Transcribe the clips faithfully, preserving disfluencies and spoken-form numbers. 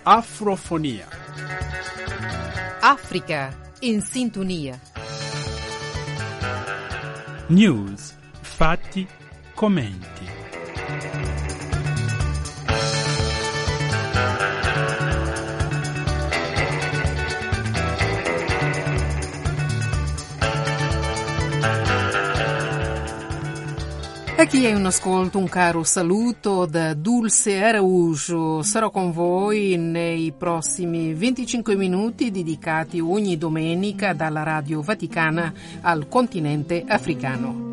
Afrofonia. Africa in sintonia. News, fatti, commenti. A chi è un ascolto, un caro saluto da Dulce Araújo. Sarò con voi nei prossimi venticinque minuti dedicati ogni domenica dalla Radio Vaticana al continente africano.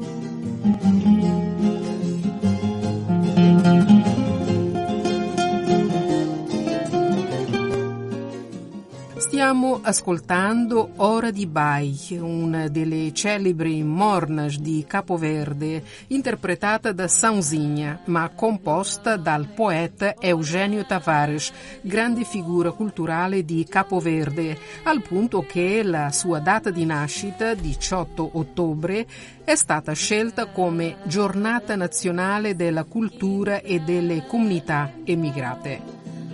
Stiamo ascoltando Ora di Bai, una delle celebri mornas di Capoverde, interpretata da Sãozinha, ma composta dal poeta Eugenio Tavares, grande figura culturale di Capoverde, al punto che la sua data di nascita, diciotto ottobre, è stata scelta come Giornata Nazionale della Cultura e delle Comunità Emigrate.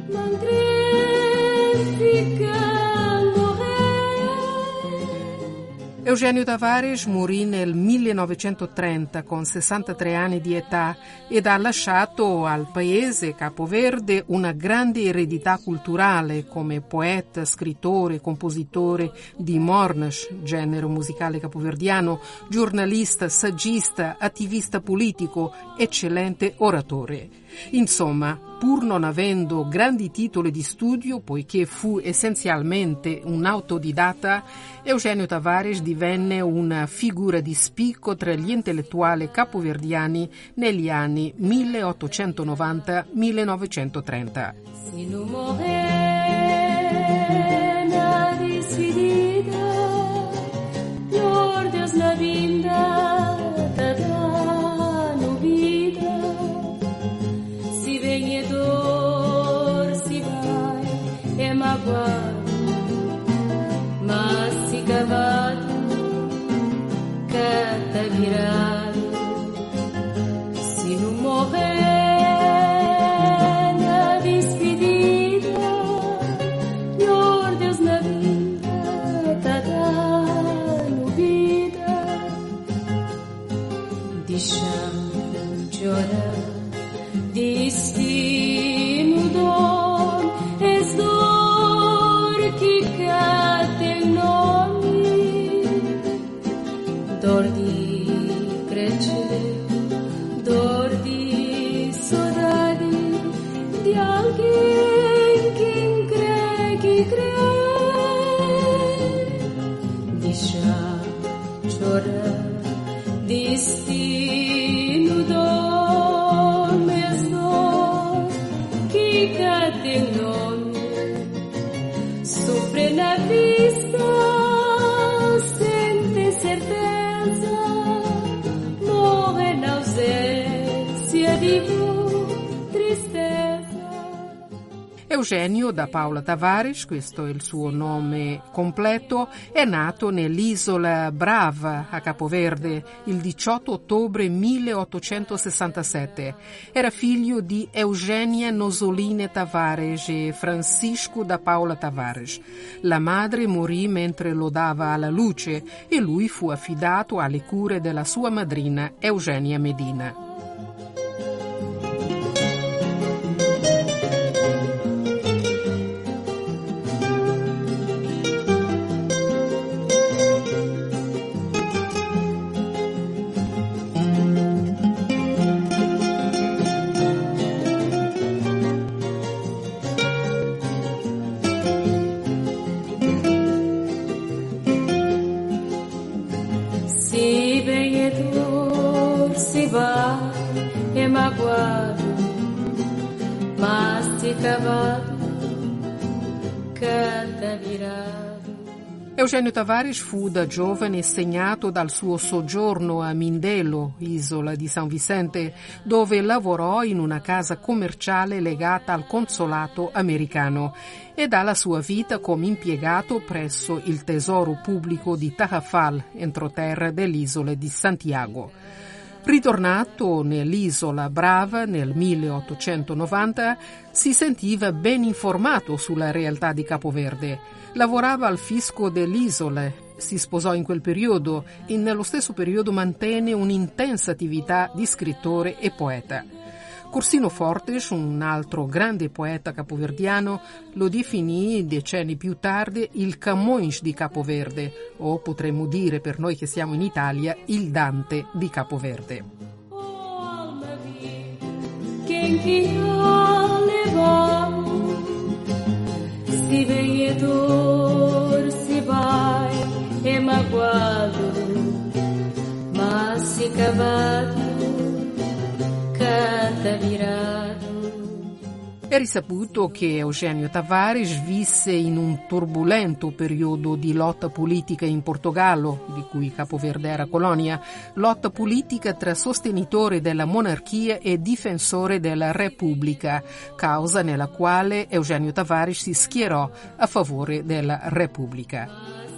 Eugenio Tavares morì nel millenovecentotrenta con sessantatré anni di età ed ha lasciato al paese Capoverde una grande eredità culturale come poeta, scrittore, compositore di mornas, genere musicale capoverdiano, giornalista, saggista, attivista politico, eccellente oratore. Insomma, pur non avendo grandi titoli di studio, poiché fu essenzialmente un autodidatta, Eugenio Tavares divenne una figura di spicco tra gli intellettuali capoverdiani negli anni milleottocentonovanta millenovecentotrenta. Eugenio da Paula Tavares, questo è il suo nome completo, è nato nell'isola Brava a Capoverde il diciotto ottobre milleottocentosessantasette. Era figlio di Eugenia Nosoline Tavares e Francisco da Paula Tavares. La madre morì mentre lo dava alla luce e lui fu affidato alle cure della sua madrina Eugenia Medina. Eugenio Tavares fu da giovane segnato dal suo soggiorno a Mindelo, isola di San Vicente, dove lavorò in una casa commerciale legata al consolato americano e dalla sua vita come impiegato presso il tesoro pubblico di Tarrafal, entroterra dell'isola di Santiago. Ritornato nell'isola Brava nel milleottocentonovanta, si sentiva ben informato sulla realtà di Capoverde. Lavorava al fisco dell'isola, si sposò in quel periodo e nello stesso periodo mantenne un'intensa attività di scrittore e poeta. Corsino Fortes, un altro grande poeta capoverdiano, lo definì decenni più tardi il Camões di Capoverde, o potremmo dire per noi che siamo in Italia il Dante di Capoverde. Si veietor si vai e magoado, ma si cavato canta virato. È risaputo che Eugenio Tavares visse in un turbolento periodo di lotta politica in Portogallo, di cui Capoverde era colonia, lotta politica tra sostenitori della monarchia e difensore della Repubblica, causa nella quale Eugenio Tavares si schierò a favore della Repubblica.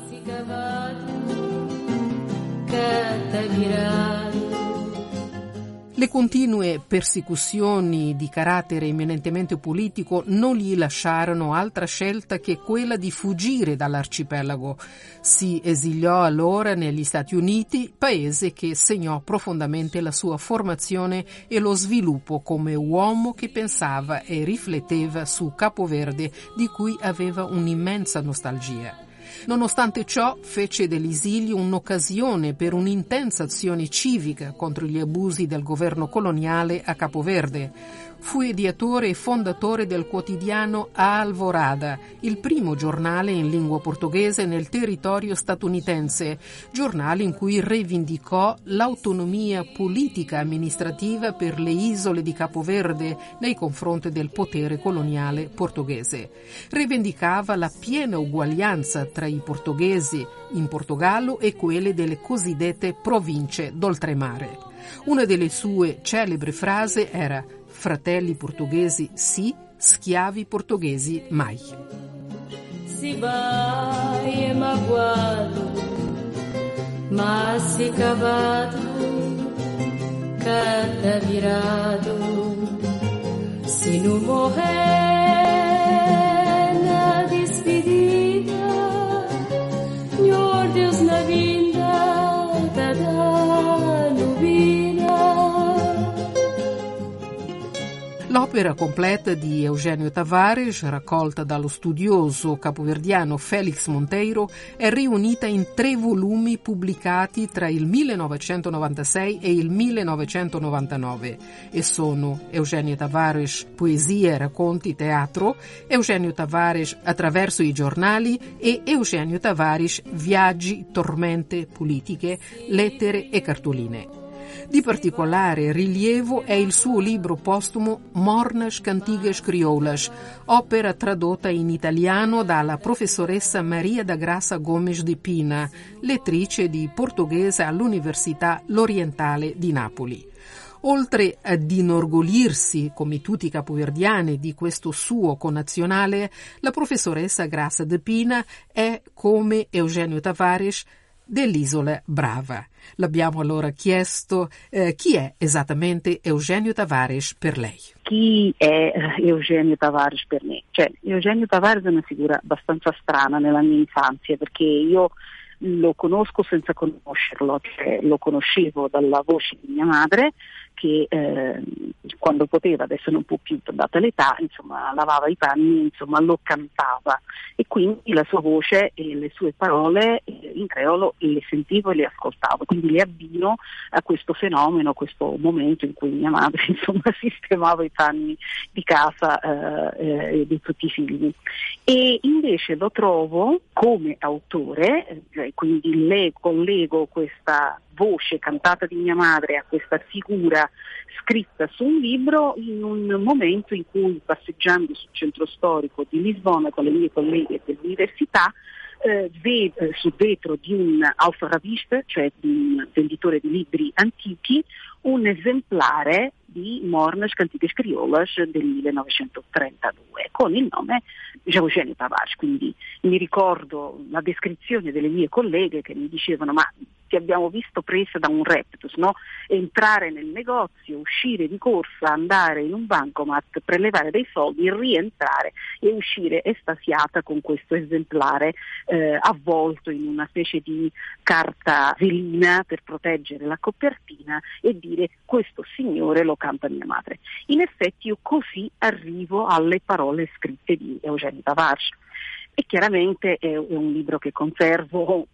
Canta virato. Le continue persecuzioni di carattere eminentemente politico non gli lasciarono altra scelta che quella di fuggire dall'arcipelago. Si esiliò allora negli Stati Uniti, paese che segnò profondamente la sua formazione e lo sviluppo come uomo che pensava e rifletteva su Capoverde, di cui aveva un'immensa nostalgia. Nonostante ciò, fece dell'esilio un'occasione per un'intensa azione civica contro gli abusi del governo coloniale a Capoverde. Fu ideatore e fondatore del quotidiano A Alvorada, il primo giornale in lingua portoghese nel territorio statunitense, giornale in cui rivendicò l'autonomia politica amministrativa per le isole di Capoverde nei confronti del potere coloniale portoghese. Rivendicava la piena uguaglianza tra i portoghesi in Portogallo e quelle delle cosiddette province d'oltremare. Una delle sue celebri frasi era: fratelli portoghesi sì, schiavi portoghesi mai. Si vai e magoado, ma si cavato, canta virado, se não morrer na despedida, Senhor Deus na vinda da nubina. L'opera completa di Eugenio Tavares, raccolta dallo studioso capoverdiano Félix Monteiro, è riunita in tre volumi pubblicati tra il millenovecentonovantasei e il millenovecentonovantanove e sono Eugenio Tavares Poesie, racconti, teatro, Eugenio Tavares attraverso i giornali e Eugenio Tavares Viaggi, tormente, politiche, lettere e cartoline. Di particolare rilievo è il suo libro postumo Mornas Cantigas Crioulas, opera tradotta in italiano dalla professoressa Maria da Graça Gomes de Pina, lettrice di portoghese all'Università L'Orientale di Napoli. Oltre ad inorgoglirsi, come tutti i capoverdiani, di questo suo connazionale, la professoressa Graça de Pina è, come Eugenio Tavares, dell'isola Brava. L'abbiamo allora chiesto eh, chi è esattamente Eugenio Tavares per lei. Chi è Eugenio Tavares per me? Cioè, Eugenio Tavares è una figura abbastanza strana nella mia infanzia, perché io lo conosco senza conoscerlo, cioè lo conoscevo dalla voce di mia madre che eh, quando poteva, adesso non può più data l'età, insomma lavava i panni, insomma lo cantava e quindi la sua voce e le sue parole eh, in creolo le sentivo e le ascoltavo, quindi le abbino a questo fenomeno, questo momento in cui mia madre insomma sistemava i panni di casa eh, eh, di tutti i figli. E invece lo trovo come autore, eh, quindi le collego questa voce cantata di mia madre a questa figura scritta su un libro in un momento in cui, passeggiando sul centro storico di Lisbona con le mie colleghe dell'università, eh, vedo sul vetro di un alfarabista, cioè di un venditore di libri antichi, un esemplare di Mornas Cantigas Crioulas del millenovecentotrentadue con il nome Eugenio Tavares. Quindi mi ricordo la descrizione delle mie colleghe che mi dicevano: ma ti abbiamo visto presa da un raptus, no? Entrare nel negozio, uscire di corsa, andare in un bancomat, prelevare dei soldi, rientrare e uscire estasiata con questo esemplare eh, avvolto in una specie di carta velina per proteggere la copertina e dire: questo signore lo canta mia madre. In effetti io così arrivo alle parole scritte di Eugène Tavares. E chiaramente è un libro che conservo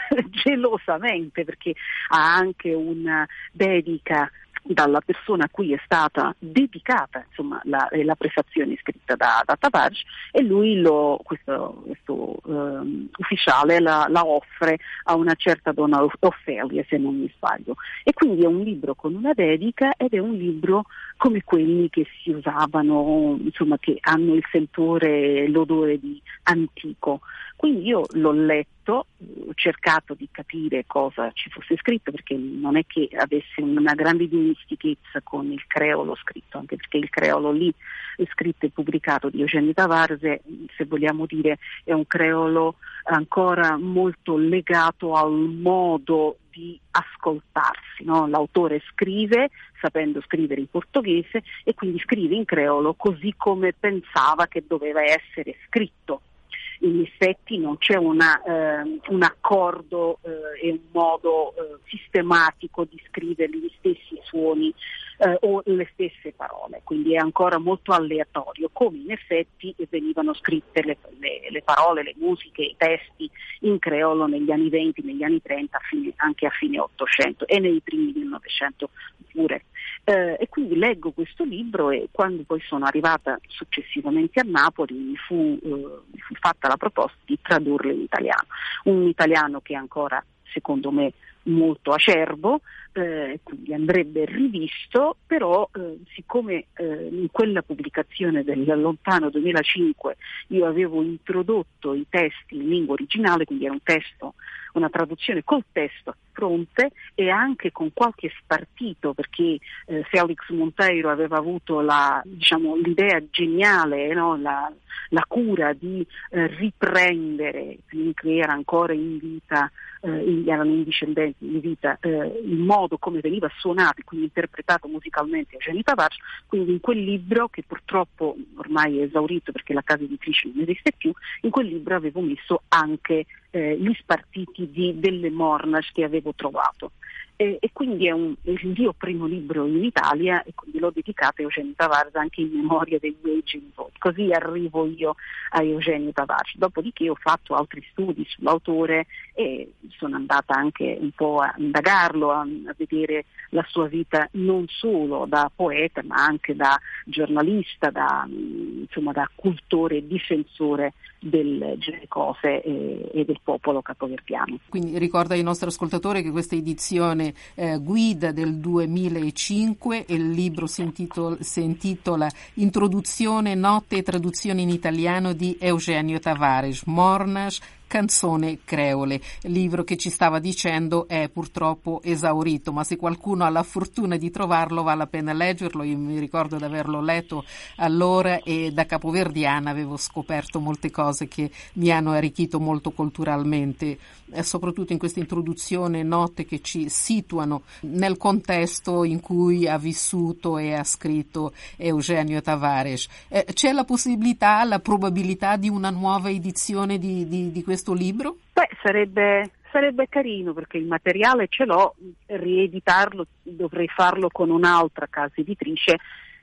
gelosamente, perché ha anche una dedica dalla persona a cui è stata dedicata, insomma, la, la prefazione scritta da, da Tavares, e lui lo, questo, questo um, ufficiale la, la offre a una certa donna Offelia, se non mi sbaglio. E quindi è un libro con una dedica, ed è un libro come quelli che si usavano, insomma, che hanno il sentore, l'odore di antico. Quindi io l'ho letto, ho cercato di capire cosa ci fosse scritto, perché non è che avesse una grande dimestichezza con il creolo scritto, anche perché il creolo lì scritto e pubblicato di Eugène Tavares, se vogliamo dire, è un creolo ancora molto legato al modo di ascoltarsi, no? L'autore scrive sapendo scrivere in portoghese e quindi scrive in creolo così come pensava che doveva essere scritto. In effetti non c'è una, eh, un accordo eh, e un modo eh, sistematico di scrivere gli stessi suoni eh, o le stesse parole, quindi è ancora molto aleatorio, come in effetti venivano scritte le, le, le parole, le musiche, i testi in creolo negli anni venti, negli anni trenta, fine, anche a fine Ottocento e nei primi del Novecento pure. Eh, e quindi leggo questo libro, e quando poi sono arrivata successivamente a Napoli mi fu, eh, mi fu fatta la proposta di tradurlo in italiano, un italiano che è ancora, secondo me, molto acerbo, eh, quindi andrebbe rivisto, però eh, siccome eh, in quella pubblicazione del lontano duemilacinque io avevo introdotto i testi in lingua originale, quindi era un testo, una traduzione col testo a fronte e anche con qualche spartito, perché eh, Felix Monteiro aveva avuto la, diciamo, l'idea geniale, no? la, la cura di eh, riprendere, che era ancora in vita, eh, erano indiscendenti in vita, eh, il modo come veniva suonato e quindi interpretato musicalmente Eugène Tavares. Quindi in quel libro, che purtroppo ormai è esaurito perché la casa editrice non esiste più, in quel libro avevo messo anche eh, gli spartiti di, delle Mornas che avevo trovato. E, e quindi è, un, è il mio primo libro in Italia, e quindi l'ho dedicato a Eugène Tavares anche in memoria dei miei genitori. Così arrivo io a Eugène Tavares. Dopodiché ho fatto altri studi sull'autore e sono andata anche un po' a indagarlo, a, a vedere la sua vita non solo da poeta ma anche da giornalista, da, insomma, da cultore e difensore delle cose e, e del popolo capoverdiano. Quindi ricorda ai nostri ascoltatori che questa edizione eh, guida del duemilacinque e il libro si intitola, si intitola Introduzione, note e traduzione in italiano di Eugène Tavares, Mornas, canzone creole. Il libro che ci stava dicendo è purtroppo esaurito, ma se qualcuno ha la fortuna di trovarlo vale la pena leggerlo. Io mi ricordo di averlo letto allora e da capoverdiana avevo scoperto molte cose che mi hanno arricchito molto culturalmente, eh, soprattutto in questa introduzione, note che ci situano nel contesto in cui ha vissuto e ha scritto Eugène Tavares. Eh, c'è la possibilità, la probabilità di una nuova edizione di, di, di questo libro? Beh, sarebbe, sarebbe carino, perché il materiale ce l'ho, rieditarlo dovrei farlo con un'altra casa editrice,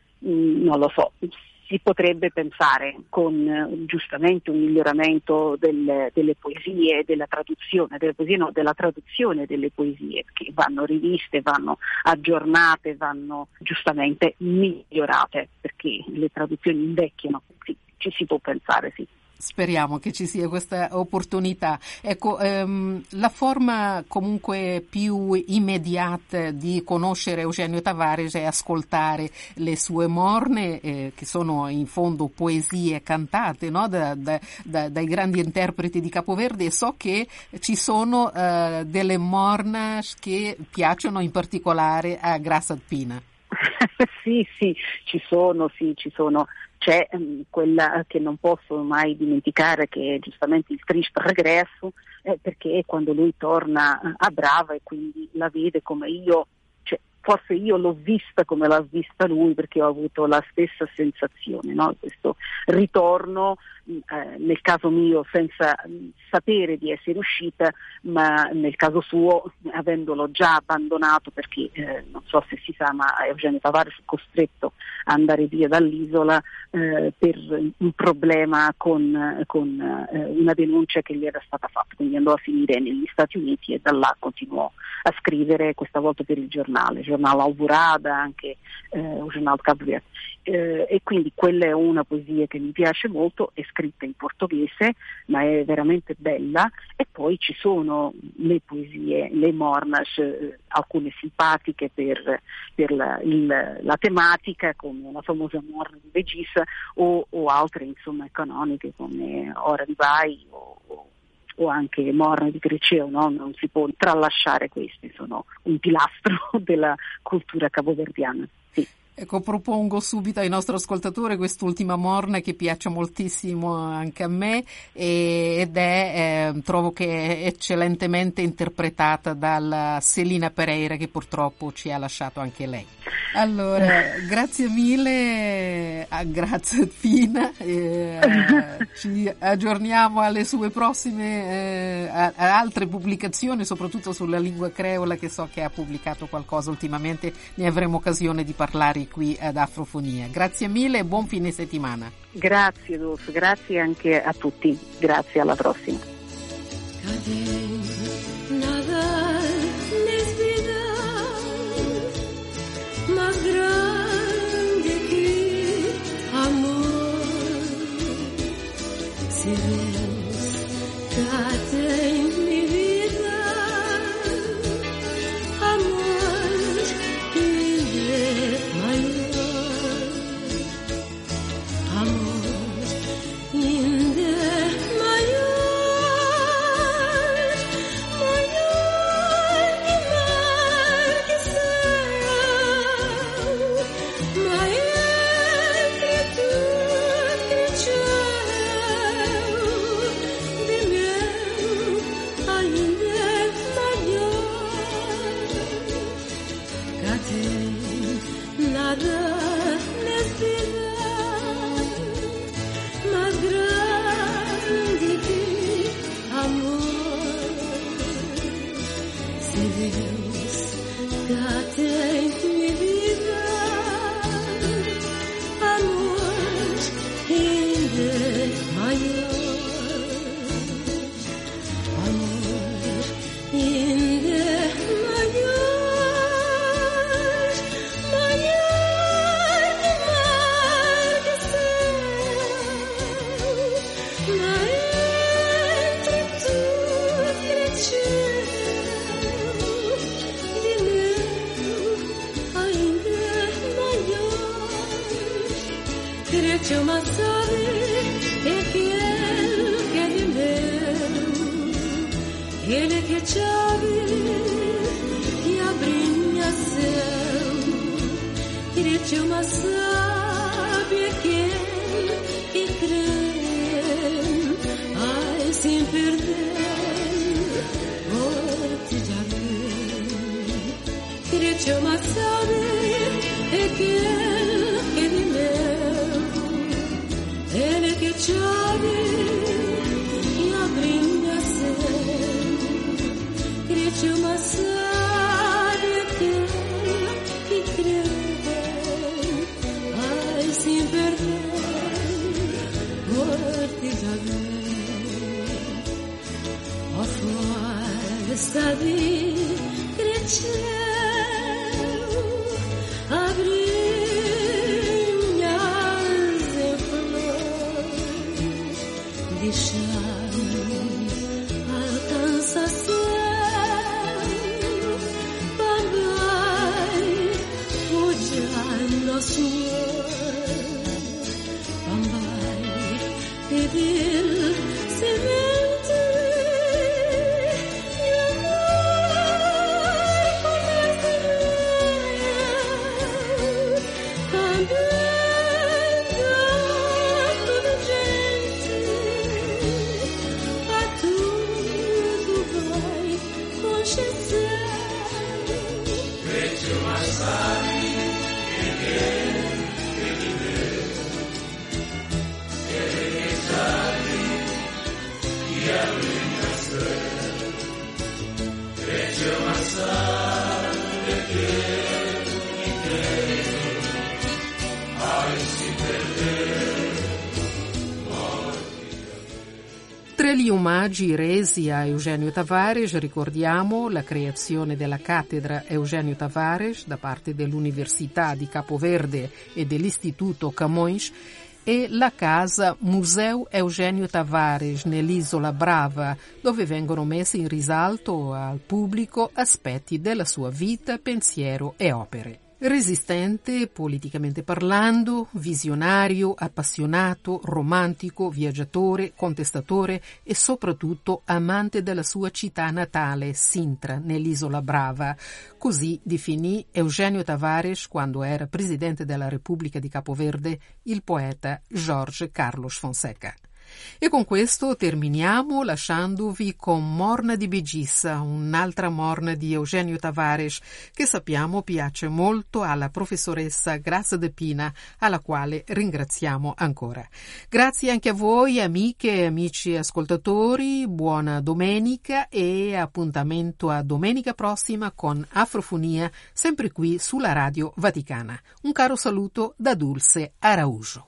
mm, non lo so, si potrebbe pensare con eh, giustamente un miglioramento del, delle poesie, della traduzione, delle poesie no, della traduzione delle poesie, che vanno riviste, vanno aggiornate, vanno giustamente migliorate, perché le traduzioni invecchiano, sì, ci si può pensare, sì. Speriamo che ci sia questa opportunità. Ecco, ehm, la forma comunque più immediata di conoscere Eugène Tavares è ascoltare le sue morne, eh, che sono in fondo poesie cantate, no? da, da, da, dai grandi interpreti di Capoverde, e so che ci sono eh, delle mornas che piacciono in particolare a Graça de Pina. sì, sì, ci sono, sì, ci sono. C'è um, quella che non posso mai dimenticare, che è giustamente il triste regresso, eh, perché quando lui torna a Brava e quindi la vede come io, cioè forse io l'ho vista come l'ha vista lui, perché ho avuto la stessa sensazione, no? Questo ritorno, eh, nel caso mio senza sapere di essere uscita, ma nel caso suo avendolo già abbandonato, perché eh, non so se si sa, ma Eugenio Tavares fu costretto a andare via dall'isola eh, per un problema con, con eh, una denuncia che gli era stata fatta, quindi andò a finire negli Stati Uniti e da là continuò a scrivere, questa volta per il giornale, il giornale Alvorada, anche eh, il giornale Cabo Verde. Eh, e quindi quella è una poesia che mi piace molto, è scritta in portoghese ma è veramente bella, e poi ci sono le poesie, le mornas, eh, alcune simpatiche per, per la, il, la tematica, come la famosa morna di Begis, o, o altre insomma canoniche come Ora di Vai o, o o anche Morna di Greceo, no? Non si può tralasciare questi, sono un pilastro della cultura caboverdiana. Sì. Ecco, propongo subito ai nostri ascoltatori quest'ultima morna che piace moltissimo anche a me, ed è, eh, trovo che è eccellentemente interpretata dalla Celina Pereira, che purtroppo ci ha lasciato anche lei. Allora, grazie mille, ah, grazie Pina, eh, ci aggiorniamo alle sue prossime, eh, a, a altre pubblicazioni, soprattutto sulla lingua creola, che so che ha pubblicato qualcosa ultimamente, ne avremo occasione di parlare qui ad Afrofonia. Grazie mille e buon fine settimana. Grazie Dulce, grazie anche a tutti, grazie, alla prossima. Más grande que amor, si rescate en mi vida, amor de mayor, amor de mayor, mayor que mar que ele que chove e abrinha-céu, queria-te uma sábia que e crê, ai, sem perder, vou-te já ver. Queria-te uma sábia e que e de meu, ele que chove e abrinha-céu, queria-te uma sábia que e crê, ai, sem perder, vou-te já ver. Ó floresta de cresceu, abrinhas em flor, deixar-me alcança céu, Bambai, puja nosso Senhor, Bambai, pedir semente e amor como Tra gli omaggi resi a Eugenio Tavares ricordiamo la creazione della cattedra Eugenio Tavares da parte dell'Università di Capoverde e dell'Istituto Camões e la casa Museu Eugenio Tavares nell'Isola Brava, dove vengono messi in risalto al pubblico aspetti della sua vita, pensiero e opere. Resistente, politicamente parlando, visionario, appassionato, romantico, viaggiatore, contestatore e soprattutto amante della sua città natale, Sintra, nell'Isola Brava. Così definì Eugenio Tavares, quando era presidente della Repubblica di Capoverde, il poeta Jorge Carlos Fonseca. E con questo terminiamo lasciandovi con Morna di Begissa, un'altra morna di Eugenio Tavares che sappiamo piace molto alla professoressa Grazia De Pina, alla quale ringraziamo ancora. Grazie anche a voi amiche e amici ascoltatori, buona domenica e appuntamento a domenica prossima con Afrofonia, sempre qui sulla Radio Vaticana. Un caro saluto da Dulce Araujo.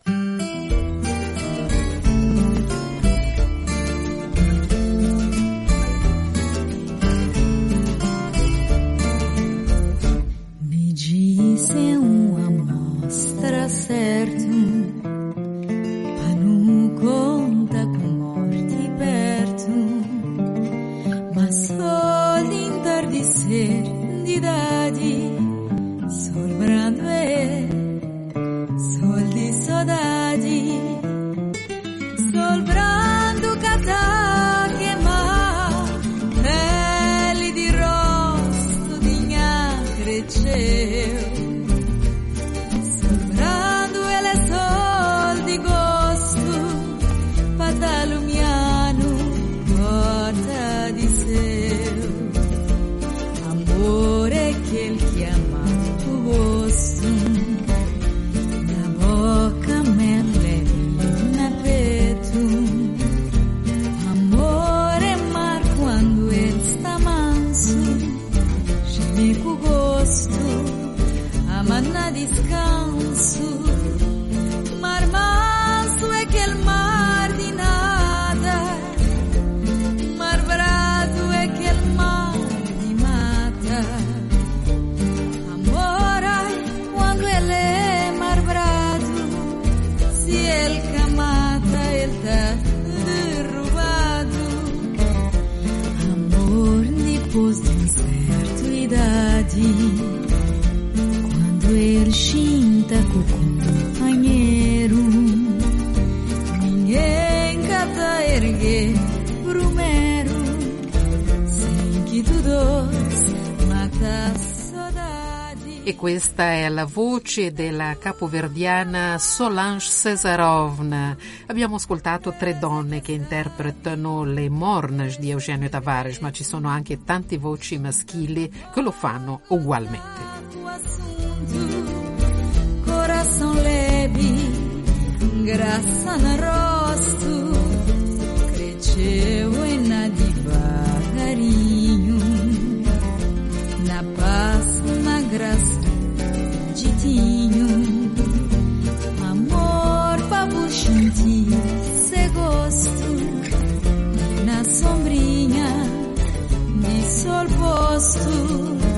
Disse uma mostra certo, pra não conta com morte perto, mas só de entardecer de idade, sol brando é, sol de saudade, sol brando cata queimar, pele de rosto de nha crescer. Sobrando ele sol di gosto, patalumiano, porta di seu. Amore che il chiama tu rosto, na boca me levi na peto. Amore mar quando ele está manso, geme com gosto. Manna descanso, mar manso é aquele mar de nada, mar bravo é aquele mar de mata. Amor, ai, quando ele é mar bravo, se ele que mata, ele tá derrubado. Amor depois de uma certa idade, ele chinta com o companheiro, ninguém cata erguer primeiro, sem que tu dois mata a saudade. E questa è la voce della capoverdiana Solange Cesarovna. Abbiamo ascoltato tre donne che interpretano le mornas di Eugenio Tavares, ma ci sono anche tante voci maschili che lo fanno ugualmente. Coração leve, graça no rosto, cresceu e na devagarinho, na paz, na graça, ditinho, amor pra sentir se gosto, na sombrinha de sol posto.